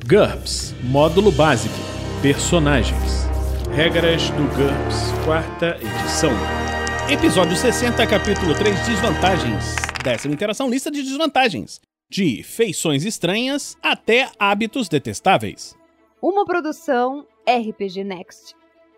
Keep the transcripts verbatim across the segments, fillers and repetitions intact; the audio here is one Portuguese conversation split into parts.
GURPS, Módulo Básico, Personagens. Regras do GURPS, quarta edição. Episódio sessenta, capítulo três, Desvantagens. Décima interação, lista de desvantagens. De feições estranhas até hábitos detestáveis. Uma produção R P G Next.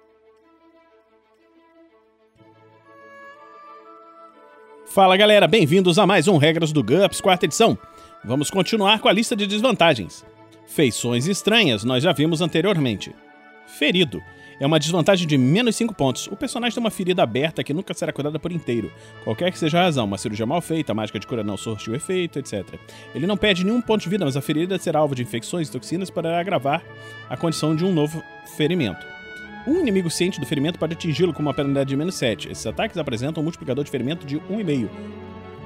Fala galera, bem-vindos a mais um Regras do GURPS, quarta edição. Vamos continuar com a lista de desvantagens. Feições estranhas, nós já vimos anteriormente. Ferido. É uma desvantagem de menos cinco pontos. O personagem tem uma ferida aberta que nunca será curada por inteiro. Qualquer que seja a razão, uma cirurgia mal feita, a mágica de cura não surtiu efeito, etcétera. Ele não perde nenhum ponto de vida, mas a ferida será alvo de infecções e toxinas para agravar a condição de um novo ferimento. Um inimigo ciente do ferimento pode atingi-lo com uma penalidade de menos sete. Esses ataques apresentam um multiplicador de ferimento de um vírgula cinco.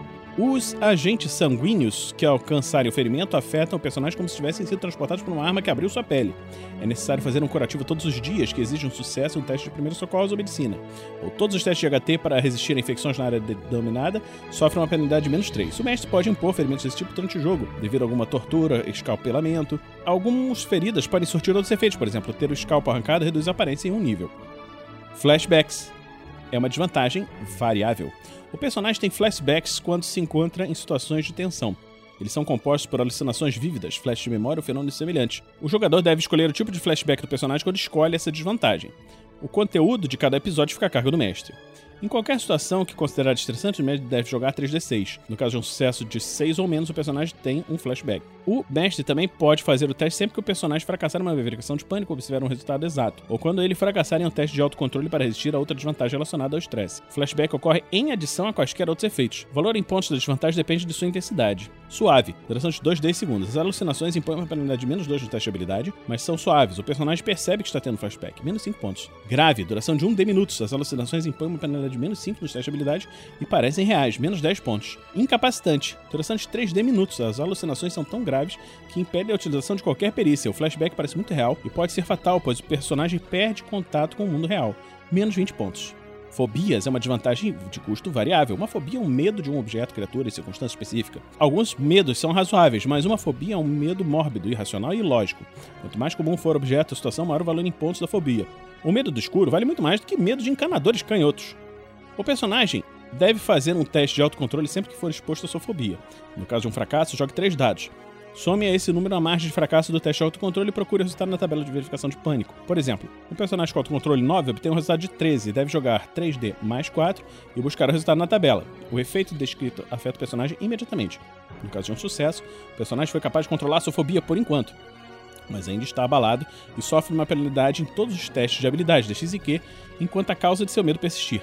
Os agentes sanguíneos que alcançarem o ferimento afetam o personagem como se tivessem sido transportados por uma arma que abriu sua pele. É necessário fazer um curativo todos os dias, que exige um sucesso em um teste de primeiros socorros ou medicina. Ou todos os testes de H T para resistir a infecções na área dominada sofrem uma penalidade de menos três. O mestre pode impor ferimentos desse tipo durante o jogo, devido a alguma tortura, escalpelamento. Algumas feridas podem surtir outros efeitos, por exemplo, ter o escalpo arrancado reduz a aparência em um nível. Flashbacks. É uma desvantagem variável. O personagem tem flashbacks quando se encontra em situações de tensão. Eles são compostos por alucinações vívidas, flash de memória ou fenômenos semelhantes. O jogador deve escolher o tipo de flashback do personagem quando escolhe essa desvantagem. O conteúdo de cada episódio fica a cargo do mestre. Em qualquer situação que considerada estressante, o mestre deve jogar três D seis. No caso de um sucesso de seis ou menos, o personagem tem um flashback. O mestre também pode fazer o teste sempre que o personagem fracassar em uma verificação de pânico ou obtiver um resultado exato, ou quando ele fracassar em um teste de autocontrole para resistir a outra desvantagem relacionada ao estresse. O flashback ocorre em adição a quaisquer outros efeitos. O valor em pontos da desvantagem depende de sua intensidade. Suave, duração de dois dez segundos. As alucinações impõem uma penalidade de menos dois no teste de habilidade, mas são suaves. O personagem percebe que está tendo flashback, menos cinco pontos. Grave, duração de um D minutos. As alucinações impõem uma penalidade de menos cinco nos testes de habilidade e parecem reais, menos dez pontos. Incapacitante, duração de três D minutos. As alucinações são tão graves que impedem a utilização de qualquer perícia. O flashback parece muito real e pode ser fatal, pois o personagem perde contato com o mundo real, menos vinte pontos. Fobias é uma desvantagem de custo variável. Uma fobia é um medo de um objeto, criatura em circunstância específica. Alguns medos são razoáveis, mas uma fobia é um medo mórbido, irracional e ilógico. Quanto mais comum for o objeto ou situação, maior o valor em pontos da fobia. O medo do escuro vale muito mais do que medo de encanadores canhotos. O personagem deve fazer um teste de autocontrole sempre que for exposto à sua fobia. No caso de um fracasso, jogue três dados. Some a esse número a margem de fracasso do teste de autocontrole e procure o resultado na tabela de verificação de pânico. Por exemplo, um personagem com autocontrole nove obtém um resultado de treze e deve jogar três D mais quatro e buscar o resultado na tabela. O efeito descrito afeta o personagem imediatamente. No caso de um sucesso, o personagem foi capaz de controlar sua fobia por enquanto, mas ainda está abalado e sofre uma penalidade em todos os testes de habilidade, D X e Q, enquanto a causa de seu medo persistir.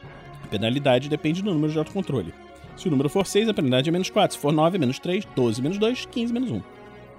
A penalidade depende do número de autocontrole. Se o número for seis, a penalidade é menos quatro. Se for nove, é menos três. doze, menos dois. quinze, menos um.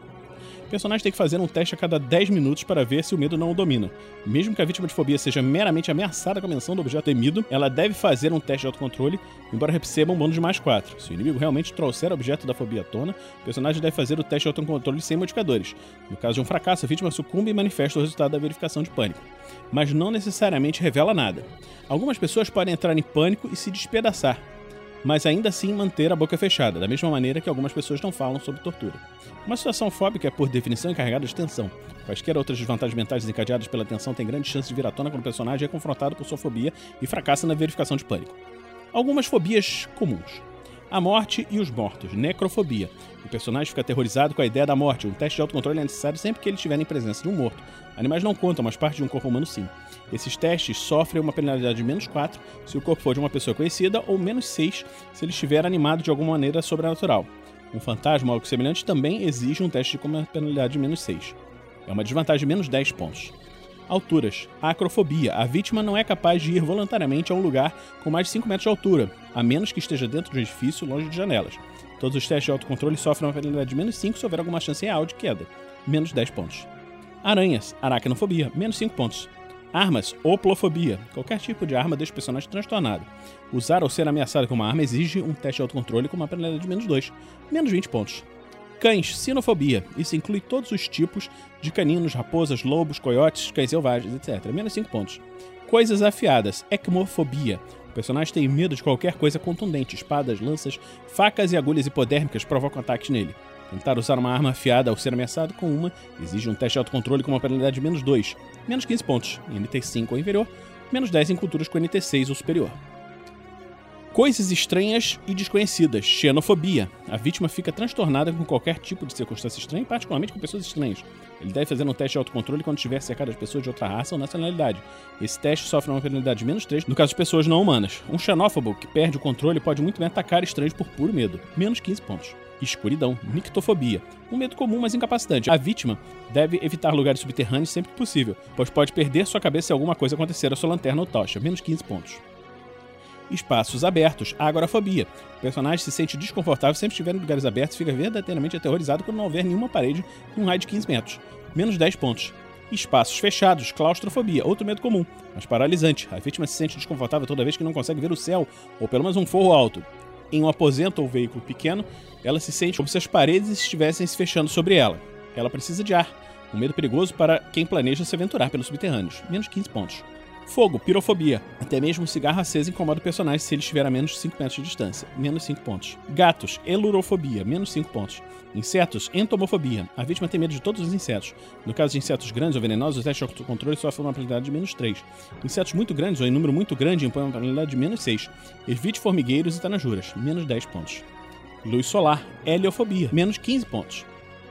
O personagem tem que fazer um teste a cada dez minutos para ver se o medo não o domina. Mesmo que a vítima de fobia seja meramente ameaçada com a menção do objeto temido, ela deve fazer um teste de autocontrole, embora receba um bônus de mais quatro. Se o inimigo realmente trouxer o objeto da fobia à tona, o personagem deve fazer o teste de autocontrole sem modificadores. No caso de um fracasso, a vítima sucumbe e manifesta o resultado da verificação de pânico, mas não necessariamente revela nada. Algumas pessoas podem entrar em pânico e se despedaçar, mas ainda assim manter a boca fechada, da mesma maneira que algumas pessoas não falam sobre tortura. Uma situação fóbica é, por definição, encarregada de tensão. Quaisquer outras desvantagens mentais desencadeadas pela tensão têm grande chance de vir à tona quando o personagem é confrontado por sua fobia e fracassa na verificação de pânico. Algumas fobias comuns. A morte e os mortos. Necrofobia. O personagem fica aterrorizado com a ideia da morte. Um teste de autocontrole é necessário sempre que ele estiver em presença de um morto. Animais não contam, mas parte de um corpo humano sim. Esses testes sofrem uma penalidade de menos quatro se o corpo for de uma pessoa conhecida ou menos seis se ele estiver animado de alguma maneira sobrenatural. Um fantasma ou algo semelhante também exige um teste com uma penalidade de menos seis. É uma desvantagem de menos dez pontos. Alturas. Acrofobia. A vítima não é capaz de ir voluntariamente a um lugar com mais de cinco metros de altura, a menos que esteja dentro de um edifício longe de janelas. Todos os testes de autocontrole sofrem uma penalidade de menos cinco se houver alguma chance real de queda. Menos dez pontos. Aranhas. Aracnofobia. Menos cinco pontos. Armas, oplofobia. Qualquer tipo de arma deixa o personagem transtornado. Usar ou ser ameaçado com uma arma exige um teste de autocontrole com uma penalidade de menos dois, menos vinte pontos. Cães, sinofobia. Isso inclui todos os tipos de caninos, raposas, lobos, coiotes, cães selvagens, etcétera. Menos cinco pontos. Coisas afiadas, ecmofobia. O personagem tem medo de qualquer coisa contundente. Espadas, lanças, facas e agulhas hipodérmicas provocam ataques nele. Tentar usar uma arma afiada ao ser ameaçado com uma exige um teste de autocontrole com uma penalidade de menos dois, menos quinze pontos em N T cinco ou inferior, menos dez em culturas com N T seis ou superior. Coisas estranhas e desconhecidas. Xenofobia. A vítima fica transtornada com qualquer tipo de circunstância estranha, particularmente com pessoas estranhas. Ele deve fazer um teste de autocontrole quando estiver cercado de pessoas de outra raça ou nacionalidade. Esse teste sofre uma penalidade de menos três no caso de pessoas não humanas. Um xenófobo que perde o controle pode muito bem atacar estranhos por puro medo. Menos quinze pontos. Escuridão. Nictofobia. Um medo comum, mas incapacitante. A vítima deve evitar lugares subterrâneos sempre que possível, pois pode perder sua cabeça se alguma coisa acontecer à sua lanterna ou tocha. Menos quinze pontos. Espaços abertos. Agorafobia. O personagem se sente desconfortável sempre que estiver em lugares abertos e fica verdadeiramente aterrorizado quando não houver nenhuma parede em um raio de quinze metros. Menos dez pontos. Espaços fechados. Claustrofobia. Outro medo comum, mas paralisante. A vítima se sente desconfortável toda vez que não consegue ver o céu ou pelo menos um forro alto. Em um aposento ou veículo pequeno, ela se sente como se as paredes estivessem se fechando sobre ela. Ela precisa de ar. Um medo perigoso para quem planeja se aventurar pelos subterrâneos. Menos quinze pontos. Fogo, pirofobia. Até mesmo um cigarro aceso incomoda o personagem se ele estiver a menos de cinco metros de distância. Menos cinco pontos. Gatos, elurofobia. Menos cinco pontos. Insetos, entomofobia. A vítima tem medo de todos os insetos. No caso de insetos grandes ou venenosos, o teste de autocontrole sofre uma penalidade de menos três. Insetos muito grandes ou em número muito grande impõem uma penalidade de menos seis. Evite formigueiros e tanajuras. Menos dez pontos. Luz solar, heliofobia. Menos quinze pontos.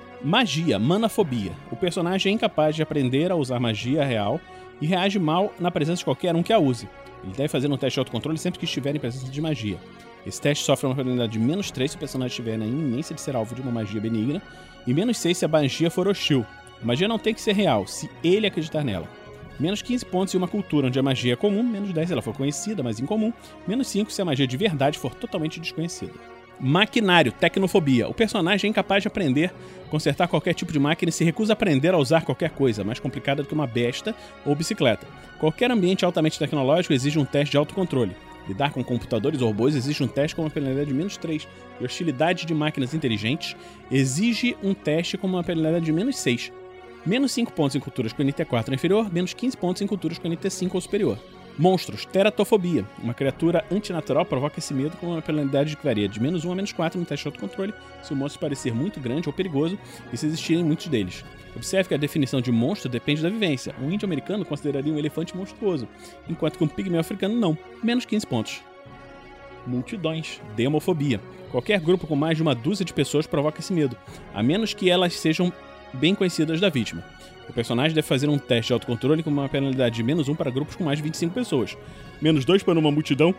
Magia, manafobia. O personagem é incapaz de aprender a usar magia real e reage mal na presença de qualquer um que a use. Ele deve fazer um teste de autocontrole sempre que estiver em presença de magia. Esse teste sofre uma penalidade de menos três se o personagem estiver na iminência de ser alvo de uma magia benigna, e menos seis se a magia for hostil. A magia não tem que ser real, se ele acreditar nela. Menos quinze pontos em uma cultura onde a magia é comum, menos dez se ela for conhecida, mas incomum, menos cinco se a magia de verdade for totalmente desconhecida. Maquinário, tecnofobia. O personagem é incapaz de aprender a consertar qualquer tipo de máquina e se recusa a aprender a usar qualquer coisa, mais complicada do que uma besta ou bicicleta. Qualquer ambiente altamente tecnológico exige um teste de autocontrole. Lidar com computadores ou robôs exige um teste com uma penalidade de menos três. E hostilidade de máquinas inteligentes exige um teste com uma penalidade de menos seis. Menos cinco pontos em culturas com N T quatro ou inferior, menos quinze pontos em culturas com N T cinco ou superior. Monstros, teratofobia. Uma criatura antinatural provoca esse medo com uma penalidade que varia de menos um a menos quatro no teste de autocontrole, se o monstro parecer muito grande ou perigoso e se existirem muitos deles. Observe que a definição de monstro depende da vivência. Um índio americano consideraria um elefante monstruoso, enquanto que um pigmeu africano não. Menos quinze pontos. Multidões, demofobia. Qualquer grupo com mais de uma dúzia de pessoas provoca esse medo, a menos que elas sejam bem conhecidas da vítima. O personagem deve fazer um teste de autocontrole com uma penalidade de menos um para grupos com mais de vinte e cinco pessoas, menos dois para uma multidão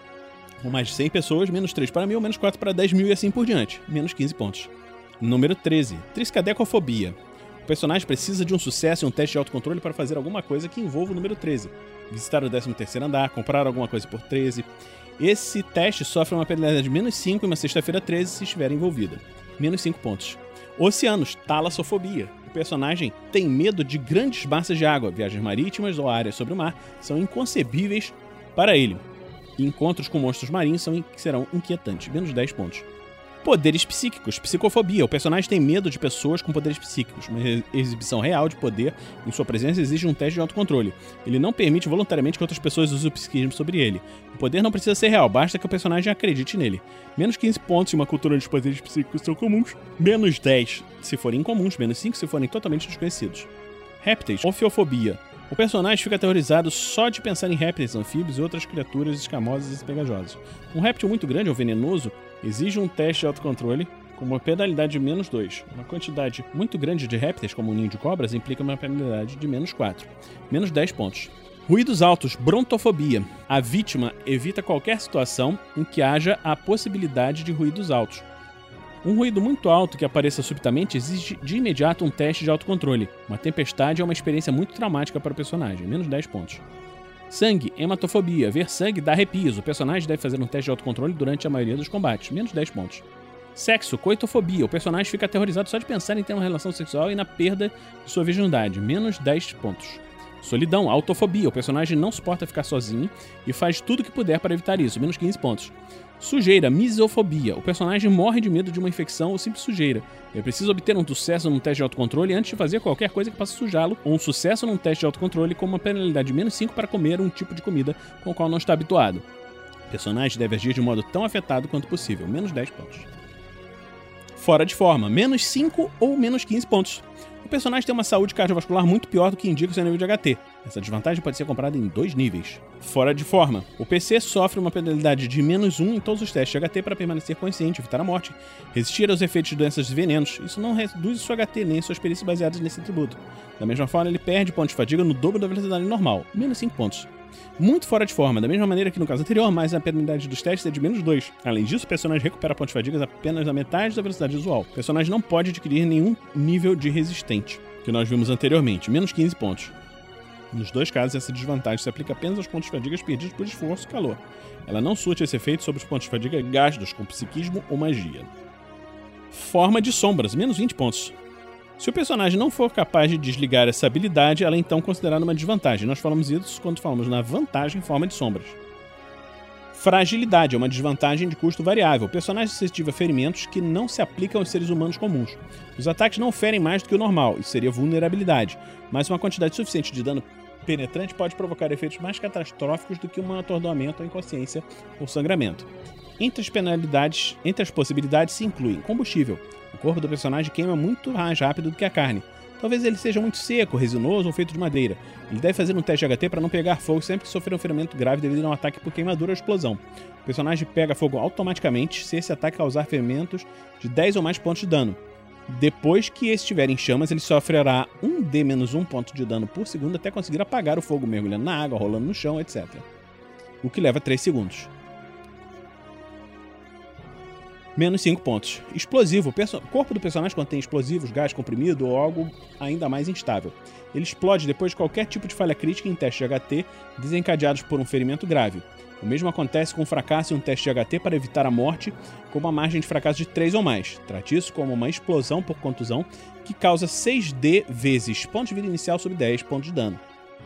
com mais de cem pessoas, menos três para mil, menos quatro para dez mil e assim por diante, menos quinze pontos. Número treze. Triscadecofobia. O personagem precisa de um sucesso em um teste de autocontrole para fazer alguma coisa que envolva o número treze. Visitar o décimo terceiro andar, comprar alguma coisa por treze. Esse teste sofre uma penalidade de menos cinco em uma sexta-feira treze se estiver envolvida. Menos cinco pontos. Oceanos, talassofobia. O personagem tem medo de grandes massas de água. Viagens marítimas ou áreas sobre o mar são inconcebíveis para ele. E encontros com monstros marinhos são, serão inquietantes. Menos dez pontos. Poderes psíquicos, psicofobia. O personagem tem medo de pessoas com poderes psíquicos. Uma exibição real de poder em sua presença exige um teste de autocontrole. Ele não permite voluntariamente que outras pessoas usem o psiquismo sobre ele. O poder não precisa ser real, basta que o personagem acredite nele. Menos quinze pontos em uma cultura onde os poderes psíquicos são comuns. Menos dez se forem incomuns, menos cinco se forem totalmente desconhecidos. Répteis, ofiofobia. O personagem fica aterrorizado só de pensar em répteis, anfíbios e outras criaturas escamosas e pegajosas. Um réptil muito grande ou venenoso exige um teste de autocontrole com uma penalidade de menos dois. Uma quantidade muito grande de répteis, como um ninho de cobras, implica uma penalidade de menos quatro. Menos dez pontos. Ruídos altos, brontofobia. A vítima evita qualquer situação em que haja a possibilidade de ruídos altos. Um ruído muito alto que apareça subitamente exige de imediato um teste de autocontrole. Uma tempestade é uma experiência muito traumática para o personagem. Menos dez pontos. Sangue, hematofobia. Ver sangue dá arrepios. O personagem deve fazer um teste de autocontrole durante a maioria dos combates. Menos dez pontos. Sexo, coitofobia. O personagem fica aterrorizado só de pensar em ter uma relação sexual e na perda de sua virgindade. Menos dez pontos. Solidão, autofobia. O personagem não suporta ficar sozinho e faz tudo o que puder para evitar isso. Menos quinze pontos. Sujeira, misofobia. O personagem morre de medo de uma infecção ou simples sujeira. Ele precisa obter um sucesso num teste de autocontrole antes de fazer qualquer coisa que possa sujá-lo, ou um sucesso num teste de autocontrole com uma penalidade de menos cinco para comer um tipo de comida com o qual não está habituado. O personagem deve agir de modo tão afetado quanto possível. Menos dez pontos. Fora de forma, menos cinco ou menos quinze pontos. O personagem tem uma saúde cardiovascular muito pior do que indica o seu nível de H T. Essa desvantagem pode ser comprada em dois níveis. Fora de forma, o P C sofre uma penalidade de menos um em todos os testes de H T para permanecer consciente, evitar a morte, resistir aos efeitos de doenças e venenos. Isso não reduz o seu H T nem suas perícias baseadas nesse atributo. Da mesma forma, ele perde pontos de fadiga no dobro da velocidade normal, menos cinco pontos. Muito fora de forma, da mesma maneira que no caso anterior, mas a penalidade dos testes é de menos dois. Além disso, o personagem recupera pontos de fadiga apenas na metade da velocidade usual. O personagem não pode adquirir nenhum nível de resistente, que nós vimos anteriormente, menos quinze pontos. Nos dois casos, essa desvantagem se aplica apenas aos pontos de fadiga perdidos por esforço e calor. Ela não surte esse efeito sobre os pontos de fadiga gastos com psiquismo ou magia. Forma de sombras, menos vinte pontos. Se o personagem não for capaz de desligar essa habilidade, ela é então considerada uma desvantagem. Nós falamos isso quando falamos na vantagem em forma de sombras. Fragilidade é uma desvantagem de custo variável. O personagem suscetível a ferimentos que não se aplicam aos seres humanos comuns. Os ataques não ferem mais do que o normal, isso seria vulnerabilidade, mas uma quantidade suficiente de dano penetrante pode provocar efeitos mais catastróficos do que um atordoamento ou inconsciência ou sangramento. Entre as penalidades, entre as possibilidades se incluem combustível. O corpo do personagem queima muito mais rápido do que a carne. Talvez ele seja muito seco, resinoso ou feito de madeira. Ele deve fazer um teste de H T para não pegar fogo sempre que sofrer um ferimento grave devido a um ataque por queimadura ou explosão. O personagem pega fogo automaticamente se esse ataque causar ferimentos de dez ou mais pontos de dano. Depois que esse estiver em chamas, ele sofrerá um D menos um ponto de dano por segundo até conseguir apagar o fogo mergulhando na água, rolando no chão, etcétera. O que leva três segundos. Menos cinco pontos. Explosivo. O corpo do personagem contém explosivos, gás comprimido ou algo ainda mais instável. Ele explode depois de qualquer tipo de falha crítica em teste de H T desencadeados por um ferimento grave. O mesmo acontece com o fracasso em um teste de H T para evitar a morte, com uma margem de fracasso de três ou mais. Trate isso como uma explosão por contusão que causa seis D vezes ponto de vida inicial sobre dez pontos de dano.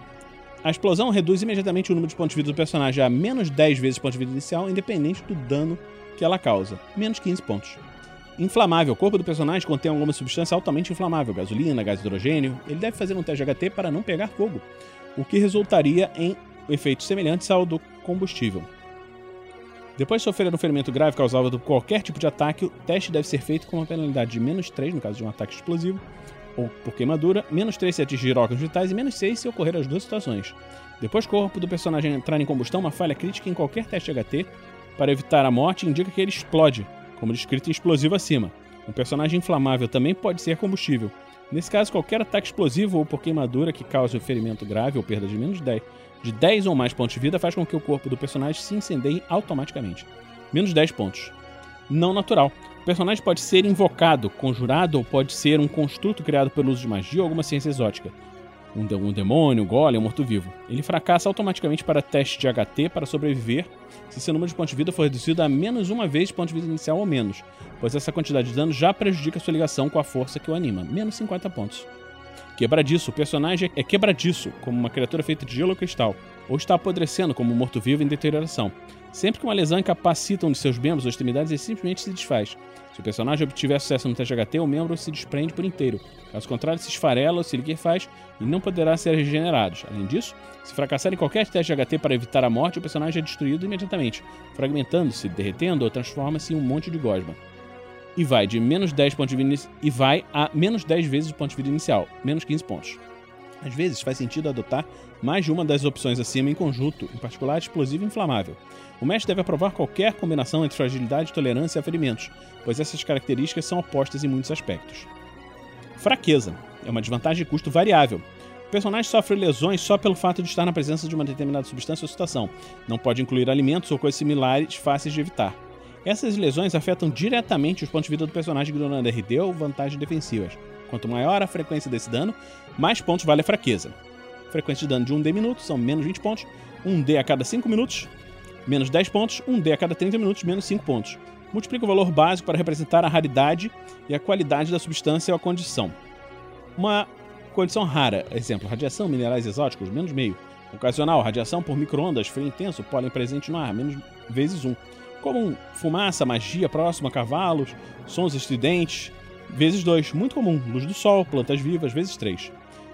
A explosão reduz imediatamente o número de pontos de vida do personagem a menos dez vezes ponto de vida inicial, independente do dano que ela causa, menos quinze pontos. Inflamável. O corpo do personagem contém alguma substância altamente inflamável, gasolina, gás hidrogênio. Ele deve fazer um teste de H T para não pegar fogo, o que resultaria em efeitos semelhantes ao do combustível. Depois de sofrer um ferimento grave causado por qualquer tipo de ataque, o teste deve ser feito com uma penalidade de menos três no caso de um ataque explosivo ou por queimadura, menos três se atingir órgãos vitais e menos seis se ocorrer as duas situações. Depois que o corpo do personagem entrar em combustão, uma falha crítica em qualquer teste de H T para evitar a morte indica que ele explode, como descrito em explosivo acima. Um personagem inflamável também pode ser combustível. Nesse caso, qualquer ataque explosivo ou por queimadura que cause um ferimento grave ou perda de menos dez, de dez ou mais pontos de vida faz com que o corpo do personagem se incendeie automaticamente. Menos dez pontos. Não natural. O personagem pode ser invocado, conjurado ou pode ser um construto criado pelo uso de magia ou alguma ciência exótica. Um, de um demônio, um golem, um morto-vivo. Ele fracassa automaticamente para teste de H T para sobreviver se seu número de pontos de vida for reduzido a menos uma vez ponto de vida inicial ou menos, pois essa quantidade de dano já prejudica sua ligação com a força que o anima, menos cinquenta pontos. Quebradiço. O personagem é quebradiço, como uma criatura feita de gelo ou cristal, ou está apodrecendo como um morto-vivo em deterioração. Sempre que uma lesão incapacita um de seus membros ou extremidades, ele simplesmente se desfaz. Se o personagem obtiver sucesso no teste de H T, o membro se desprende por inteiro. Caso contrário, se esfarela ou se liquefaz e não poderá ser regenerado. Além disso, se fracassar em qualquer teste de H T para evitar a morte, o personagem é destruído imediatamente, fragmentando-se, derretendo ou transforma-se em um monte de gosma. E vai de menos dez pontos de vida e vai a menos dez vezes o ponto de vida inicial, menos quinze pontos. Às vezes faz sentido adotar mais de uma das opções acima em conjunto, em particular explosivo e inflamável. O mestre deve aprovar qualquer combinação entre fragilidade, tolerância a ferimentos, pois essas características são opostas em muitos aspectos. Fraqueza é uma desvantagem de custo variável. O personagem sofre lesões só pelo fato de estar na presença de uma determinada substância ou situação. Não pode incluir alimentos ou coisas similares fáceis de evitar. Essas lesões afetam diretamente os pontos de vida do personagem, ignorando R D ou vantagens defensivas. Quanto maior a frequência desse dano, mais pontos vale a fraqueza. Frequência de dano de um D minuto são menos vinte pontos, um D a cada cinco minutos, menos dez pontos, um D a cada trinta minutos, menos cinco pontos. Multiplica o valor básico para representar a raridade e a qualidade da substância ou a condição. Uma condição rara, exemplo, radiação, minerais exóticos, menos meio. Ocasional, radiação por micro-ondas, frio intenso, pólen presente no ar, menos vezes um. Comum, fumaça, magia próxima, cavalos, sons estridentes, vezes dois. Muito comum, luz do sol, plantas vivas, vezes três.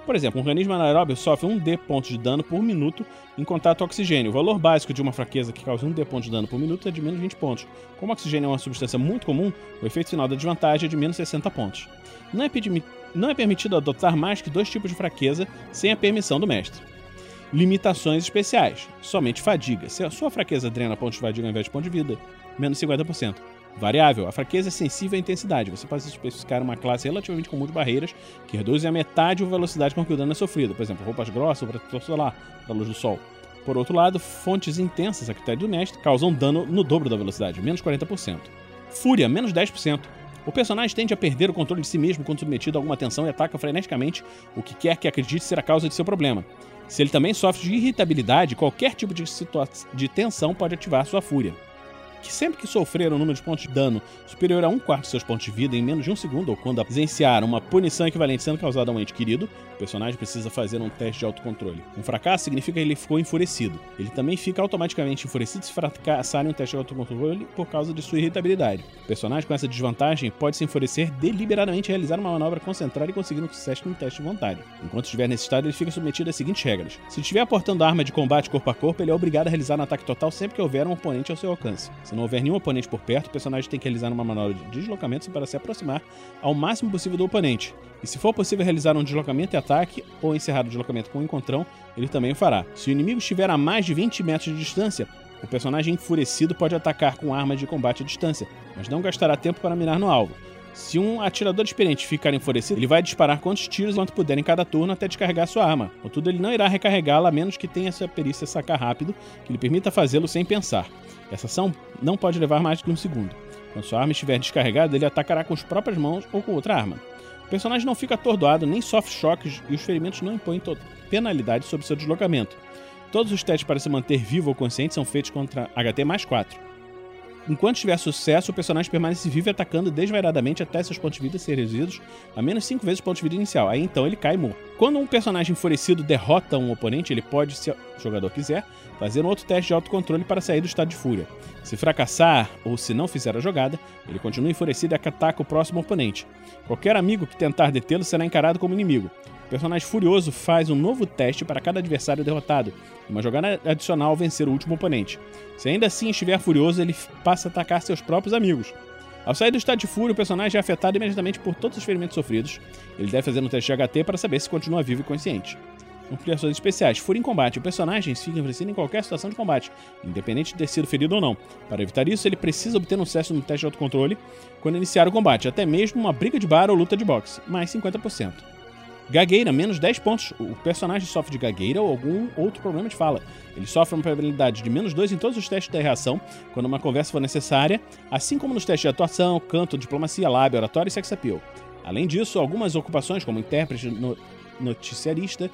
Por exemplo, um organismo anaeróbio sofre um D pontos de dano por minuto em contato ao oxigênio. O valor básico de uma fraqueza que causa um D pontos de dano por minuto é de menos vinte pontos. Como o oxigênio é uma substância muito comum, o efeito final da desvantagem é de menos sessenta pontos. Não é, não é permitido adotar mais que dois tipos de fraqueza sem a permissão do mestre. Limitações especiais. Somente fadiga. Se a sua fraqueza drena pontos de fadiga ao invés de pontos de vida, menos cinquenta por cento. Variável. A fraqueza é sensível à intensidade. Você pode especificar uma classe relativamente comum de barreiras que reduzem a metade a velocidade com que o dano é sofrido. Por exemplo, roupas grossas ou protetor solar, para a luz do sol. Por outro lado, fontes intensas, a critério do mestre, causam dano no dobro da velocidade, menos quarenta por cento. Fúria, menos dez por cento. O personagem tende a perder o controle de si mesmo quando submetido a alguma tensão e ataca freneticamente o que quer que acredite ser a causa de seu problema. Se ele também sofre de irritabilidade, qualquer tipo de, de tensão pode ativar sua fúria. Que sempre que sofrer um número de pontos de dano superior a um quarto de seus pontos de vida em menos de um segundo, ou quando presenciar uma punição equivalente sendo causada a um ente querido, o personagem precisa fazer um teste de autocontrole. Um fracasso significa que ele ficou enfurecido. Ele também fica automaticamente enfurecido se fracassarem um teste de autocontrole por causa de sua irritabilidade. O personagem com essa desvantagem pode se enfurecer deliberadamente e realizar uma manobra concentrada e conseguir um sucesso no teste de vontade. Enquanto estiver nesse estado, ele fica submetido às seguintes regras. Se estiver aportando arma de combate corpo a corpo, ele é obrigado a realizar um ataque total sempre que houver um oponente ao seu alcance. Se não houver nenhum oponente por perto, o personagem tem que realizar uma manobra de deslocamento para se aproximar ao máximo possível do oponente. E se for possível realizar um deslocamento e ataque, ou encerrar o deslocamento com um encontrão, ele também o fará. Se o inimigo estiver a mais de vinte metros de distância, o personagem enfurecido pode atacar com armas de combate à distância, mas não gastará tempo para mirar no alvo. Se um atirador experiente ficar enfurecido, ele vai disparar quantos tiros quanto puder em cada turno até descarregar sua arma. Contudo, ele não irá recarregá-la a menos que tenha sua perícia sacar rápido, que lhe permita fazê-lo sem pensar. Essa ação não pode levar mais de um segundo. Quando sua arma estiver descarregada, ele atacará com as próprias mãos ou com outra arma. O personagem não fica atordoado, nem sofre choques e os ferimentos não impõem penalidade sobre seu deslocamento. Todos os testes para se manter vivo ou consciente são feitos contra H T mais quatro. Enquanto tiver sucesso, o personagem permanece vivo atacando desvairadamente até seus pontos de vida serem reduzidos a menos cinco vezes o ponto de vida inicial. Aí então ele cai morto. Quando um personagem enfurecido derrota um oponente, ele pode, se o jogador quiser, fazer um outro teste de autocontrole para sair do estado de fúria. Se fracassar ou se não fizer a jogada, ele continua enfurecido e ataca o próximo oponente. Qualquer amigo que tentar detê-lo será encarado como inimigo. O personagem furioso faz um novo teste para cada adversário derrotado, uma jogada adicional ao vencer o último oponente. Se ainda assim estiver furioso, ele passa a atacar seus próprios amigos. Ao sair do estado de fúria, o personagem é afetado imediatamente por todos os ferimentos sofridos. Ele deve fazer um teste de H T para saber se continua vivo e consciente. Ampliações especiais. Fúria em combate. O personagem fica enfurecido em qualquer situação de combate, independente de ter sido ferido ou não. Para evitar isso, ele precisa obter um sucesso no teste de autocontrole quando iniciar o combate, até mesmo uma briga de bar ou luta de boxe, mais cinquenta por cento. Gagueira, menos dez pontos. O personagem sofre de gagueira ou algum outro problema de fala. Ele sofre uma probabilidade de menos dois em todos os testes da reação, quando uma conversa for necessária, assim como nos testes de atuação, canto, diplomacia, lábio, oratório e sex appeal. Além disso, algumas ocupações, como intérprete, no- noticiarista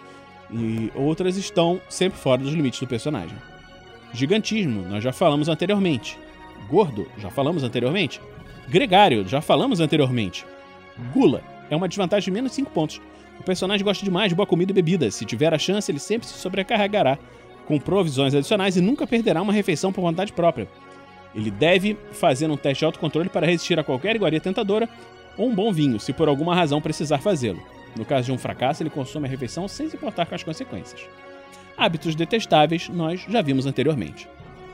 e outras, estão sempre fora dos limites do personagem. Gigantismo, nós já falamos anteriormente. Gordo, já falamos anteriormente. Gregário, já falamos anteriormente. Gula, é uma desvantagem de menos cinco pontos. O personagem gosta demais de boa comida e bebida. Se tiver a chance, ele sempre se sobrecarregará com provisões adicionais e nunca perderá uma refeição por vontade própria. Ele deve fazer um teste de autocontrole para resistir a qualquer iguaria tentadora ou um bom vinho, se por alguma razão precisar fazê-lo. No caso de um fracasso, ele consome a refeição sem se importar com as consequências. Hábitos detestáveis, nós já vimos anteriormente.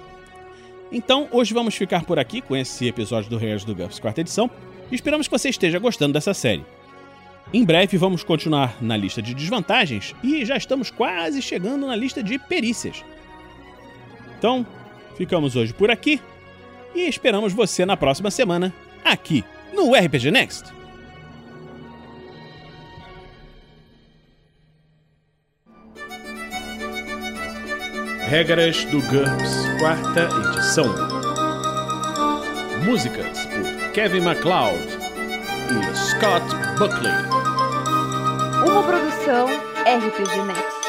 Então, hoje vamos ficar por aqui com esse episódio do Regras do GURPS quarta edição e esperamos que você esteja gostando dessa série. Em breve vamos continuar na lista de desvantagens e já estamos quase chegando na lista de perícias. Então, ficamos hoje por aqui e esperamos você na próxima semana, aqui no R P G Next. Regras do GURPS quarta edição. Músicas por Kevin MacLeod e Scott Buckley. Uma produção R P G Next.